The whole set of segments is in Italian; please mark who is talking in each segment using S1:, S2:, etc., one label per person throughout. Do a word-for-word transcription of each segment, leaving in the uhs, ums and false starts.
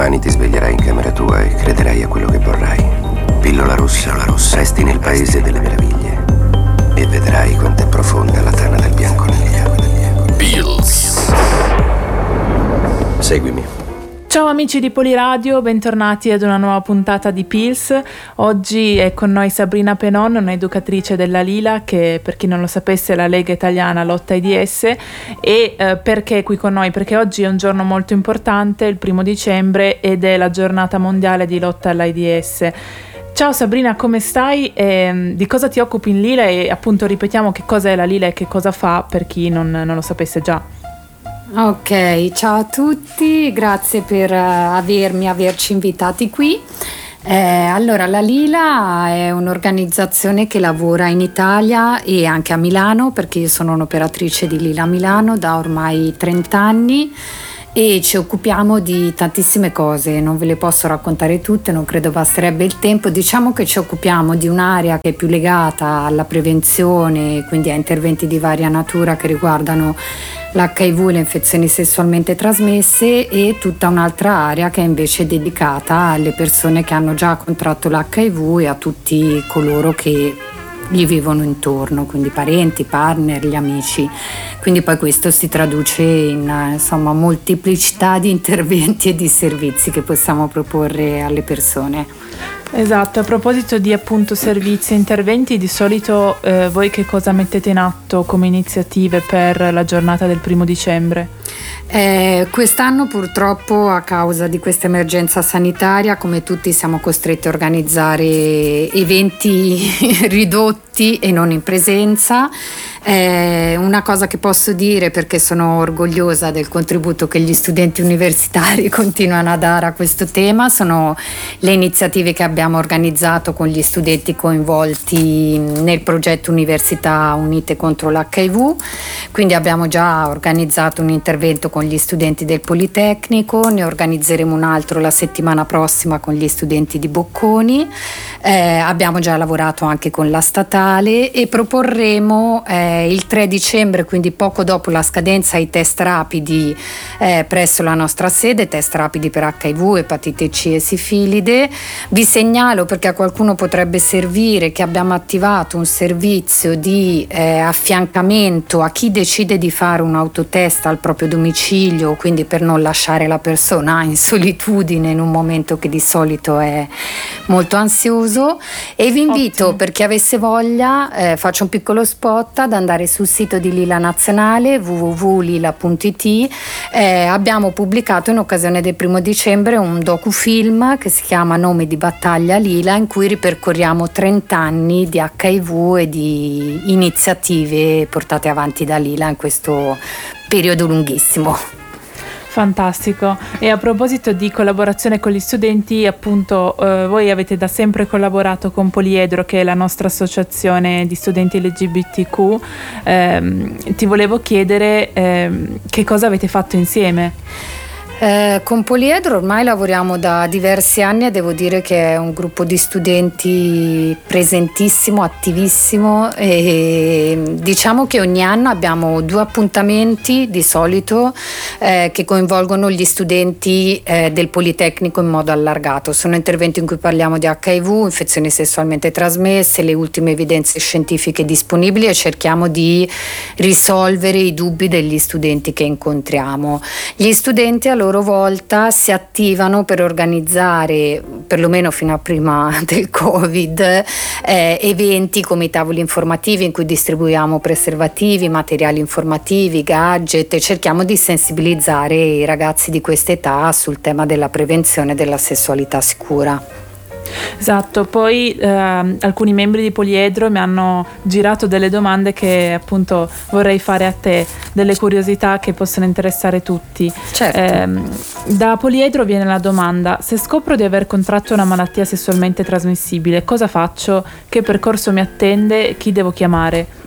S1: domani ti sveglierai in camera tua e crederai a quello che vorrai. Pillola rossa, la rossa. Resti nel paese delle meraviglie e vedrai quanto è profonda la tana del bianconiglio. Pills. Seguimi.
S2: Ciao amici di Poliradio, bentornati ad una nuova puntata di Pills. Oggi è con noi Sabrina Penon, un'educatrice della Lila, che per chi non lo sapesse è la Lega Italiana Lotta AIDS. E eh, perché è qui con noi? Perché oggi è un giorno molto importante, il primo dicembre, ed è la giornata mondiale di lotta all'AIDS. Ciao Sabrina, come stai? E di cosa ti occupi in Lila? E appunto ripetiamo che cosa è la Lila e che cosa fa per chi non, non lo sapesse già.
S3: Ok, ciao a tutti, grazie per avermi, averci invitati qui. Eh, allora, la Lila è un'organizzazione che lavora in Italia e anche a Milano, perché io sono un'operatrice di Lila Milano da ormai trenta anni e ci occupiamo di tantissime cose, non ve le posso raccontare tutte, non credo basterebbe il tempo. Diciamo che ci occupiamo di un'area che è più legata alla prevenzione, quindi a interventi di varia natura che riguardano l'H I V e le infezioni sessualmente trasmesse, e tutta un'altra area che è invece dedicata alle persone che hanno già contratto l'H I V e a tutti coloro che gli vivono intorno, quindi parenti, partner, gli amici. Quindi poi questo si traduce in insomma molteplicità di interventi e di servizi che possiamo proporre alle persone.
S2: Esatto, a proposito di appunto servizi e interventi, di solito eh, voi che cosa mettete in atto come iniziative per la giornata del primo dicembre?
S3: Eh, quest'anno purtroppo, a causa di questa emergenza sanitaria, come tutti siamo costretti a organizzare eventi ridotti e non in presenza. Eh, una cosa che posso dire, perché sono orgogliosa del contributo che gli studenti universitari continuano a dare a questo tema, sono le iniziative che abbiamo organizzato con gli studenti coinvolti nel progetto Università Unite contro l'H I V. Quindi abbiamo già organizzato un intervento con gli studenti del Politecnico, ne organizzeremo un altro la settimana prossima con gli studenti di Bocconi. Eh, abbiamo già lavorato anche con la statale e proporremo eh, il tre dicembre, quindi poco dopo la scadenza, i test rapidi eh, presso la nostra sede, test rapidi per H I V, epatite C e sifilide. Vi segnalo, perché a qualcuno potrebbe servire, che abbiamo attivato un servizio di eh, affiancamento a chi decide di fare un autotest al proprio domicilio, quindi per non lasciare la persona in solitudine in un momento che di solito è molto ansioso. E vi invito, Ottimo. Per chi avesse voglia, eh, faccio un piccolo spot, ad andare sul sito di Lila Nazionale w w w punto lila punto i t. Eh, abbiamo pubblicato in occasione del primo dicembre un docufilm che si chiama Nome di battaglia Lila, in cui ripercorriamo trenta anni di H I V e di iniziative portate avanti da Lila in questo periodo lunghissimo.
S2: Fantastico. E a proposito di collaborazione con gli studenti, appunto eh, voi avete da sempre collaborato con Poliedro, che è la nostra associazione di studenti L G B T Q. Eh, ti volevo chiedere eh, che cosa avete fatto insieme?
S3: Eh, con Poliedro ormai lavoriamo da diversi anni e devo dire che è un gruppo di studenti presentissimo, attivissimo, e diciamo che ogni anno abbiamo due appuntamenti di solito eh, che coinvolgono gli studenti eh, del Politecnico in modo allargato. Sono interventi in cui parliamo di H I V, infezioni sessualmente trasmesse, le ultime evidenze scientifiche disponibili, e cerchiamo di risolvere i dubbi degli studenti che incontriamo. Gli studenti allora loro volta si attivano per organizzare, perlomeno fino a prima del Covid, eh, eventi come i tavoli informativi in cui distribuiamo preservativi, materiali informativi, gadget, e cerchiamo di sensibilizzare i ragazzi di questa età sul tema della prevenzione della sessualità sicura.
S2: Esatto, poi eh, alcuni membri di Poliedro mi hanno girato delle domande che appunto vorrei fare a te, delle curiosità che possono interessare tutti.
S3: Certo.
S2: Eh, da Poliedro viene la domanda: se scopro di aver contratto una malattia sessualmente trasmissibile, cosa faccio? Che percorso mi attende? Chi devo chiamare?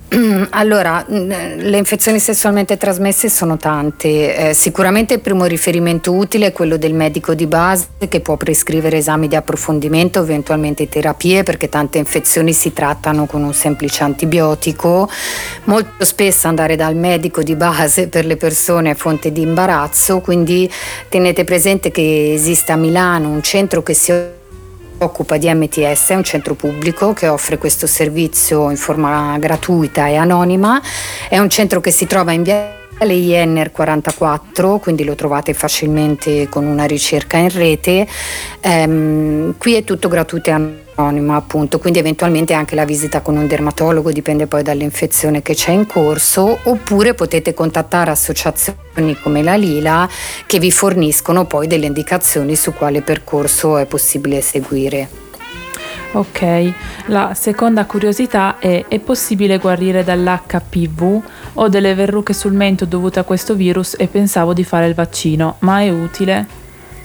S3: Allora, le infezioni sessualmente trasmesse sono tante. Eh, sicuramente il primo riferimento utile è quello del medico di base, che può prescrivere esami di approfondimento, eventualmente terapie, perché tante infezioni si trattano con un semplice antibiotico. Molto spesso andare dal medico di base per le persone è fonte di imbarazzo, quindi tenete presente che esiste a Milano un centro che si occupa di M T S, è un centro pubblico che offre questo servizio in forma gratuita e anonima. È un centro che si trova in via Jenner quarantaquattro, quindi lo trovate facilmente con una ricerca in rete. Ehm, qui è tutto gratuito e anonimo, appunto, quindi eventualmente anche la visita con un dermatologo, dipende poi dall'infezione che c'è in corso, oppure potete contattare associazioni come la Lila che vi forniscono poi delle indicazioni su quale percorso è possibile seguire.
S2: Ok, la seconda curiosità è: è possibile guarire dall'H P V? Ho delle verruche sul mento dovute a questo virus e pensavo di fare il vaccino, ma è utile?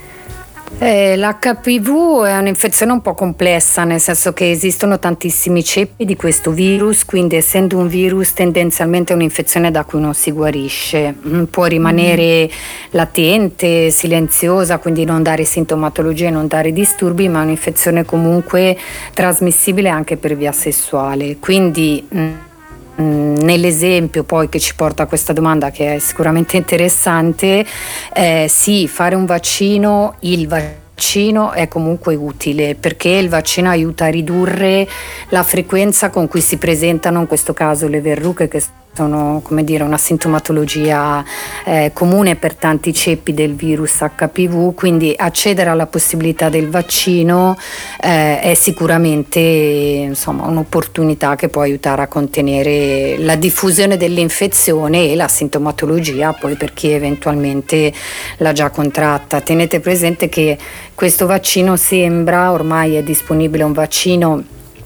S3: Eh, L'H P V è un'infezione un po' complessa, nel senso che esistono tantissimi ceppi di questo virus, quindi essendo un virus tendenzialmente è un'infezione da cui non si guarisce. Può rimanere mm. latente, silenziosa, quindi non dare sintomatologie, non dare disturbi, ma è un'infezione comunque trasmissibile anche per via sessuale. Quindi mh, nell'esempio poi che ci porta a questa domanda, che è sicuramente interessante, eh, sì, fare un vaccino, il vaccino è comunque utile, perché il vaccino aiuta a ridurre la frequenza con cui si presentano in questo caso le verruche, che sono, come dire, una sintomatologia eh, comune per tanti ceppi del virus H P V, quindi accedere alla possibilità del vaccino eh, è sicuramente, insomma, un'opportunità che può aiutare a contenere la diffusione dell'infezione e la sintomatologia poi per chi eventualmente l'ha già contratta. Tenete presente che questo vaccino sembra, ormai è disponibile un vaccino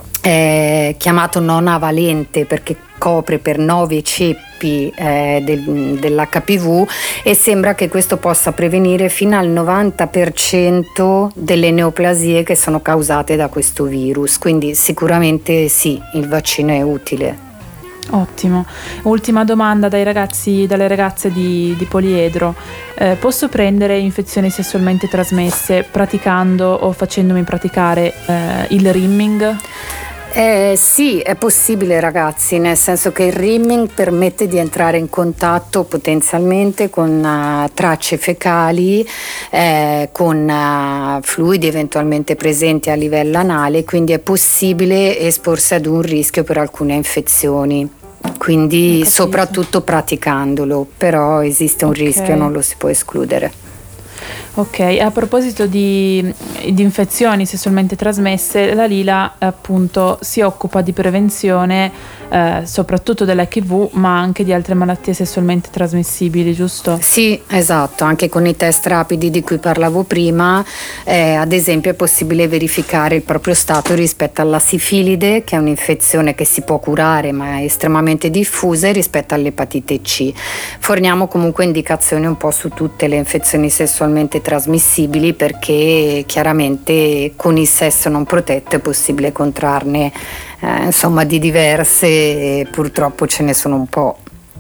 S3: eh, chiamato non avalente, perché copre per nove ceppi eh, del, dell'H P V, e sembra che questo possa prevenire fino al novanta per cento delle neoplasie che sono causate da questo virus, quindi sicuramente sì, il vaccino è utile.
S2: Ottimo. Ultima domanda dai ragazzi, dalle ragazze di, di Poliedro. Eh, posso prendere infezioni sessualmente trasmesse praticando o facendomi praticare eh, il rimming?
S3: Eh, sì, è possibile, ragazzi, nel senso che il rimming permette di entrare in contatto potenzialmente con uh, tracce fecali, eh, con uh, fluidi eventualmente presenti a livello anale, quindi è possibile esporsi ad un rischio per alcune infezioni. Quindi soprattutto praticandolo, però esiste un okay. rischio, non lo si può escludere.
S2: Ok, a proposito di, di infezioni sessualmente trasmesse, la Lila appunto si occupa di prevenzione eh, soprattutto dell'H I V, ma anche di altre malattie sessualmente trasmissibili, giusto?
S3: Sì, esatto, anche con i test rapidi di cui parlavo prima, eh, ad esempio è possibile verificare il proprio stato rispetto alla sifilide, che è un'infezione che si può curare ma è estremamente diffusa, e rispetto all'epatite C. Forniamo comunque indicazioni un po' su tutte le infezioni sessualmente trasmissibili, perché chiaramente con il sesso non protetto è possibile contrarne eh, insomma di diverse, e purtroppo ce ne sono un po'.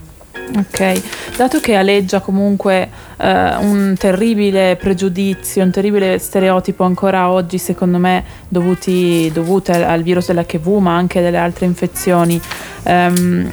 S2: Ok, dato che aleggia comunque eh, un terribile pregiudizio, un terribile stereotipo ancora oggi, secondo me, dovuti, dovute al, al virus dell'H I V, ma anche delle altre infezioni, ehm,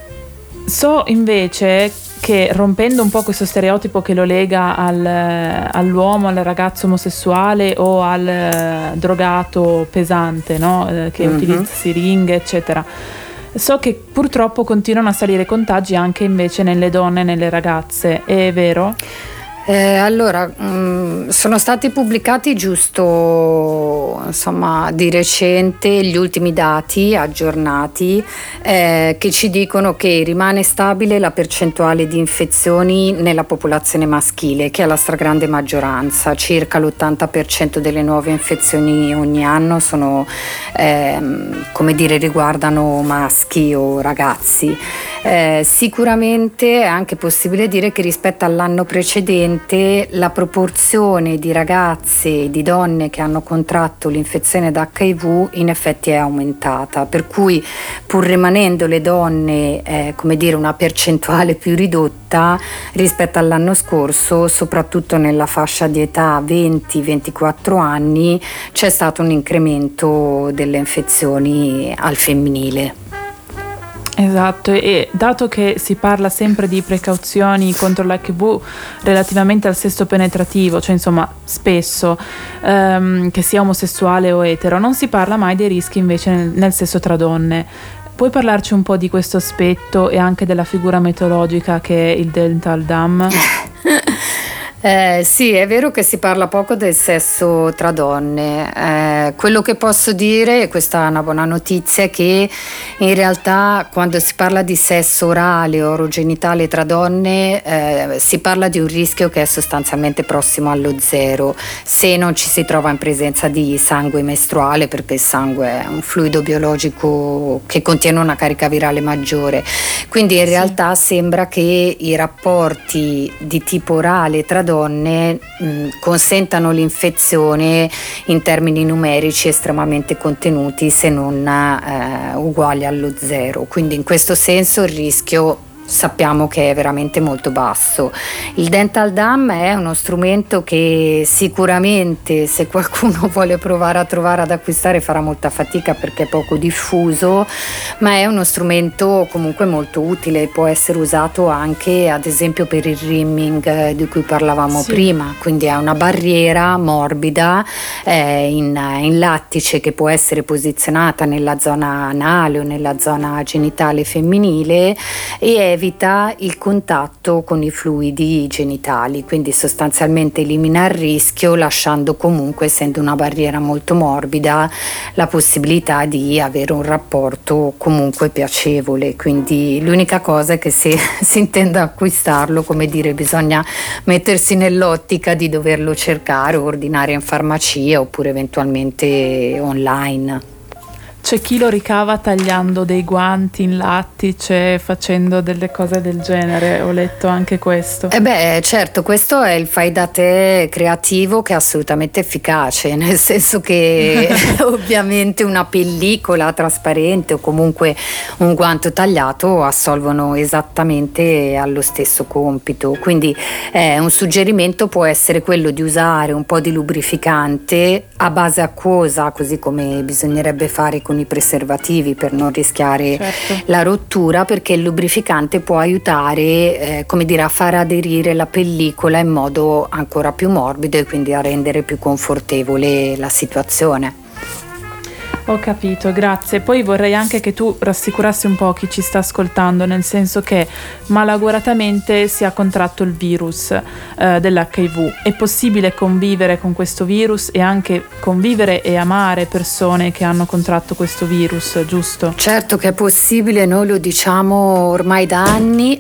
S2: so invece che, rompendo un po' questo stereotipo che lo lega al, all'uomo, al ragazzo omosessuale o al uh, drogato pesante, no? eh, che mm-hmm. utilizza siringhe, eccetera, so che purtroppo continuano a salire contagi anche invece nelle donne e nelle ragazze, è vero?
S3: Eh, allora, mh, sono stati pubblicati giusto, insomma, di recente gli ultimi dati aggiornati eh, che ci dicono che rimane stabile la percentuale di infezioni nella popolazione maschile, che è la stragrande maggioranza. Circa l'ottanta per cento delle nuove infezioni ogni anno sono, ehm, come dire, riguardano maschi o ragazzi. Eh, sicuramente è anche possibile dire che rispetto all'anno precedente recentemente la proporzione di ragazze e di donne che hanno contratto l'infezione da acca i vu in effetti è aumentata, per cui pur rimanendo le donne eh, come dire una percentuale più ridotta rispetto all'anno scorso, soprattutto nella fascia di età venti ventiquattro anni c'è stato un incremento delle infezioni al femminile.
S2: Esatto, e dato che si parla sempre di precauzioni contro l'acca i vu relativamente al sesso penetrativo, cioè insomma spesso ehm, che sia omosessuale o etero, non si parla mai dei rischi invece nel, nel sesso tra donne. Puoi parlarci un po' di questo aspetto e anche della figura metodologica che è il dental dam?
S3: Eh, sì, è vero che si parla poco del sesso tra donne. Eh, quello che posso dire, e questa è una buona notizia, è che in realtà quando si parla di sesso orale o orogenitale tra donne eh, si parla di un rischio che è sostanzialmente prossimo allo zero se non ci si trova in presenza di sangue mestruale, perché il sangue è un fluido biologico che contiene una carica virale maggiore. Quindi in sì. realtà sembra che i rapporti di tipo orale tra donne donne mh, consentano l'infezione in termini numerici estremamente contenuti, se non eh, uguali allo zero. Quindi in questo senso il rischio sappiamo che è veramente molto basso. Il dental dam è uno strumento che sicuramente, se qualcuno vuole provare a trovare ad acquistare, farà molta fatica perché è poco diffuso, ma è uno strumento comunque molto utile. Può essere usato anche ad esempio per il rimming di cui parlavamo sì. prima, quindi è una barriera morbida eh, in, in lattice che può essere posizionata nella zona anale o nella zona genitale femminile e evita il contatto con i fluidi genitali, quindi sostanzialmente elimina il rischio, lasciando comunque, essendo una barriera molto morbida, la possibilità di avere un rapporto comunque piacevole. Quindi l'unica cosa è che se si intende acquistarlo, come dire, bisogna mettersi nell'ottica di doverlo cercare o ordinare in farmacia oppure eventualmente online.
S2: C'è chi lo ricava tagliando dei guanti in lattice, facendo delle cose del genere, ho letto anche questo.
S3: Eh beh, certo, questo è il fai da te creativo che è assolutamente efficace, nel senso che ovviamente una pellicola trasparente o comunque un guanto tagliato assolvono esattamente allo stesso compito. Quindi eh, un suggerimento può essere quello di usare un po' di lubrificante a base acquosa, così come bisognerebbe fare con i preservativi per non rischiare certo. la rottura, perché il lubrificante può aiutare eh, come dire a far aderire la pellicola in modo ancora più morbido e quindi a rendere più confortevole la situazione.
S2: Ho capito, grazie. Poi vorrei anche che tu rassicurassi un po' chi ci sta ascoltando, nel senso che malauguratamente si è contratto il virus eh, dell'acca i vu. È possibile convivere con questo virus e anche convivere e amare persone che hanno contratto questo virus, giusto?
S3: Certo che è possibile, noi lo diciamo ormai da anni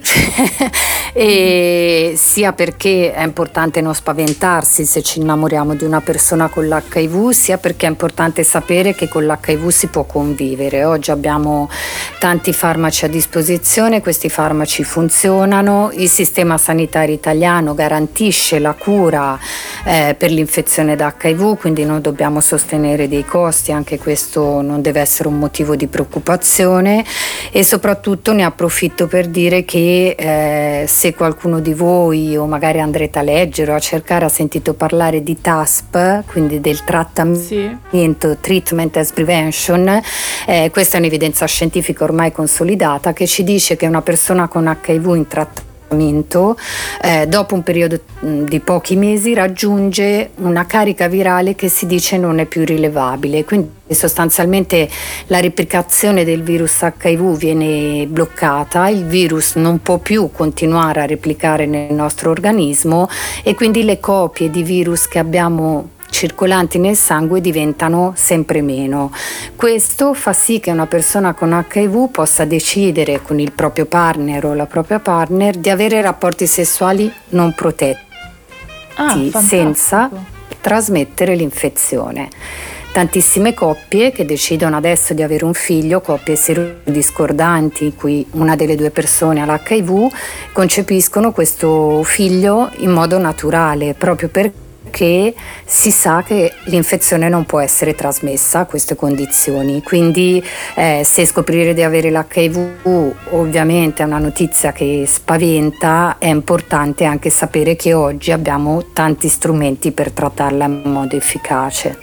S3: e sia perché è importante non spaventarsi se ci innamoriamo di una persona con l'acca i vu, sia perché è importante sapere che con l'acca i vu si può convivere. Oggi abbiamo tanti farmaci a disposizione, questi farmaci funzionano, il sistema sanitario italiano garantisce la cura eh, per l'infezione da acca i vu, quindi non dobbiamo sostenere dei costi, anche questo non deve essere un motivo di preoccupazione. E soprattutto ne approfitto per dire che eh, se qualcuno di voi o magari andrete a leggere o a cercare ha sentito parlare di T A S P, quindi del trattamento sì. Treatment as Prevention, eh, questa è un'evidenza scientifica ormai consolidata che ci dice che una persona con acca i vu in trattamento Eh, dopo un periodo mh, di pochi mesi raggiunge una carica virale che si dice non è più rilevabile, quindi sostanzialmente la replicazione del virus acca i vu viene bloccata, il virus non può più continuare a replicare nel nostro organismo e quindi le copie di virus che abbiamo circolanti nel sangue diventano sempre meno. Questo fa sì che una persona con acca i vu possa decidere con il proprio partner o la propria partner di avere rapporti sessuali non protetti,
S2: ah,
S3: senza trasmettere l'infezione. tantissime coppie che decidono adesso di avere un figlio, coppie serodiscordanti in cui una delle due persone ha l'H I V, concepiscono questo figlio in modo naturale, proprio perché che si sa che l'infezione non può essere trasmessa a queste condizioni, quindi eh, se scoprire di avere l'H I V ovviamente è una notizia che spaventa, è importante anche sapere che oggi abbiamo tanti strumenti per trattarla in modo efficace.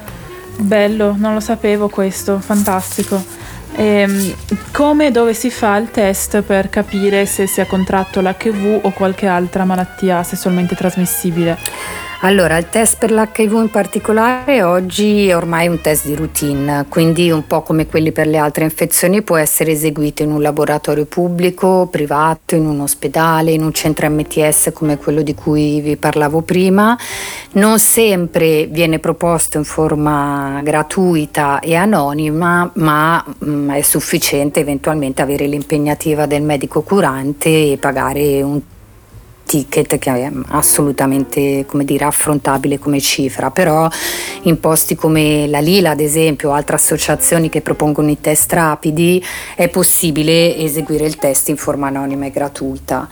S2: Bello, non lo sapevo questo, fantastico. E come e dove si fa il test per capire se si è contratto l'H I V o qualche altra malattia sessualmente trasmissibile?
S3: Allora, il test per l'H I V in particolare oggi è ormai un test di routine, quindi un po' come quelli per le altre infezioni può essere eseguito in un laboratorio pubblico, privato, in un ospedale, in un centro M T S come quello di cui vi parlavo prima. Non sempre viene proposto in forma gratuita e anonima, ma mh, è sufficiente eventualmente avere l'impegnativa del medico curante e pagare un ticket che è assolutamente, come dire, affrontabile come cifra, però in posti come la Lila ad esempio o altre associazioni che propongono i test rapidi è possibile eseguire il test in forma anonima e gratuita.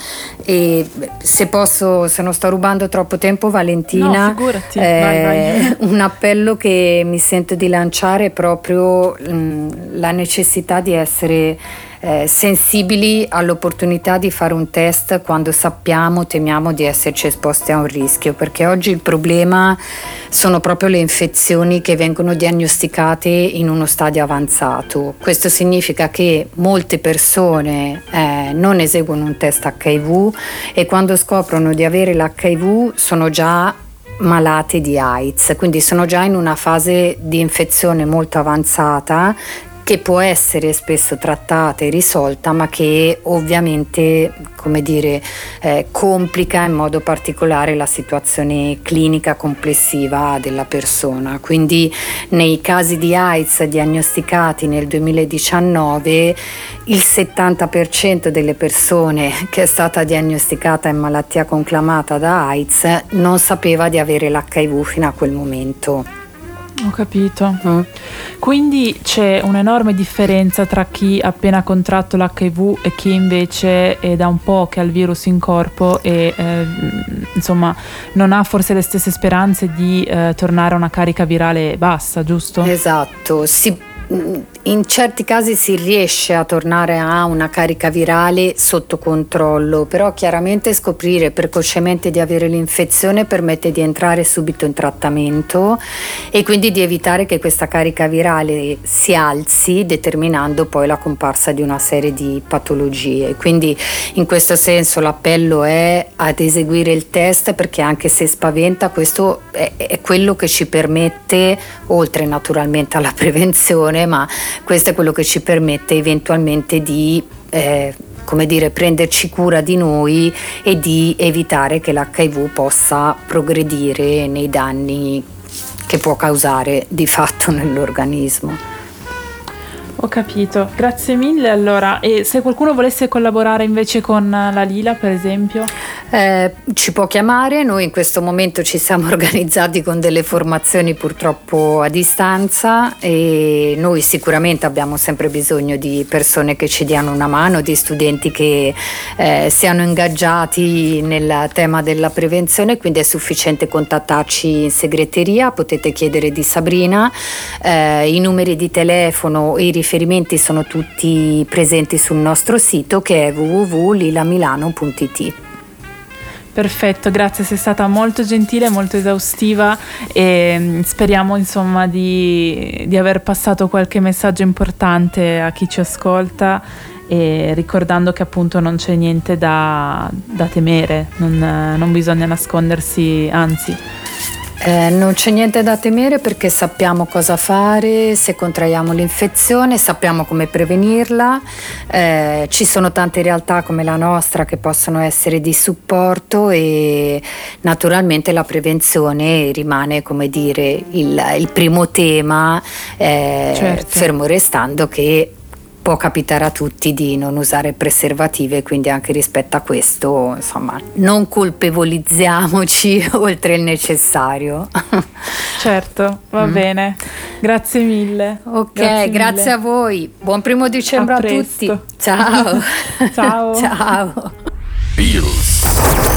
S3: E se posso, se non sto rubando troppo tempo, Valentina,
S2: no, figurati,
S3: eh,
S2: vai, vai.
S3: un appello che mi sento di lanciare è proprio mh, la necessità di essere Eh, sensibili all'opportunità di fare un test quando sappiamo, temiamo di esserci esposti a un rischio, perché oggi il problema sono proprio le infezioni che vengono diagnosticate in uno stadio avanzato. Questo significa che molte persone eh, non eseguono un test H I V e quando scoprono di avere l'H I V sono già malate di AIDS, quindi sono già in una fase di infezione molto avanzata che può essere spesso trattata e risolta, ma che ovviamente, come dire, eh, complica in modo particolare la situazione clinica complessiva della persona. Quindi nei casi di AIDS diagnosticati nel duemiladiciannove il settanta per cento delle persone che è stata diagnosticata in malattia conclamata da AIDS non sapeva di avere l'H I V fino a quel momento.
S2: Ho capito. Mm. Quindi c'è un'enorme differenza tra chi ha appena contratto l'H I V e chi invece è da un po' che ha il virus in corpo e eh, insomma non ha forse le stesse speranze di eh, tornare a una carica virale bassa, giusto?
S3: Esatto, si in certi casi si riesce a tornare a una carica virale sotto controllo, però chiaramente scoprire precocemente di avere l'infezione permette di entrare subito in trattamento e quindi di evitare che questa carica virale si alzi, determinando poi la comparsa di una serie di patologie. Quindi in questo senso l'appello è ad eseguire il test, perché anche se spaventa, questo è, è quello che ci permette, oltre naturalmente alla prevenzione, ma questo è quello che ci permette eventualmente di eh, come dire, prenderci cura di noi e di evitare che l'H I V possa progredire nei danni che può causare di fatto nell'organismo.
S2: Ho capito, grazie mille. Allora, e se qualcuno volesse collaborare invece con la Lila, per esempio?
S3: Eh, ci può chiamare, noi in questo momento ci siamo organizzati con delle formazioni purtroppo a distanza e noi sicuramente abbiamo sempre bisogno di persone che ci diano una mano, di studenti che eh, siano ingaggiati nel tema della prevenzione, quindi è sufficiente contattarci in segreteria, potete chiedere di Sabrina, eh, i numeri di telefono e i riferimenti sono tutti presenti sul nostro sito che è w w w punto lila milano punto i t.
S2: Perfetto, grazie, sei stata molto gentile, molto esaustiva e speriamo insomma di, di aver passato qualche messaggio importante a chi ci ascolta, e ricordando che appunto non c'è niente da, da temere, non, non bisogna nascondersi, anzi.
S3: Eh, non c'è niente da temere perché sappiamo cosa fare se contraiamo l'infezione, sappiamo come prevenirla, eh, ci sono tante realtà come la nostra che possono essere di supporto e naturalmente la prevenzione rimane, come dire, il, il primo tema, eh, certo. Fermo restando che può capitare a tutti di non usare preservative, quindi anche rispetto a questo, insomma, non colpevolizziamoci oltre il necessario.
S2: Certo, va mm. bene. Grazie mille.
S3: Ok,
S2: grazie,
S3: grazie
S2: mille.
S3: a voi. Buon primo dicembre
S2: a,
S3: a
S2: a tutti.
S3: Ciao.
S2: Ciao.
S3: Ciao.
S1: Beatles.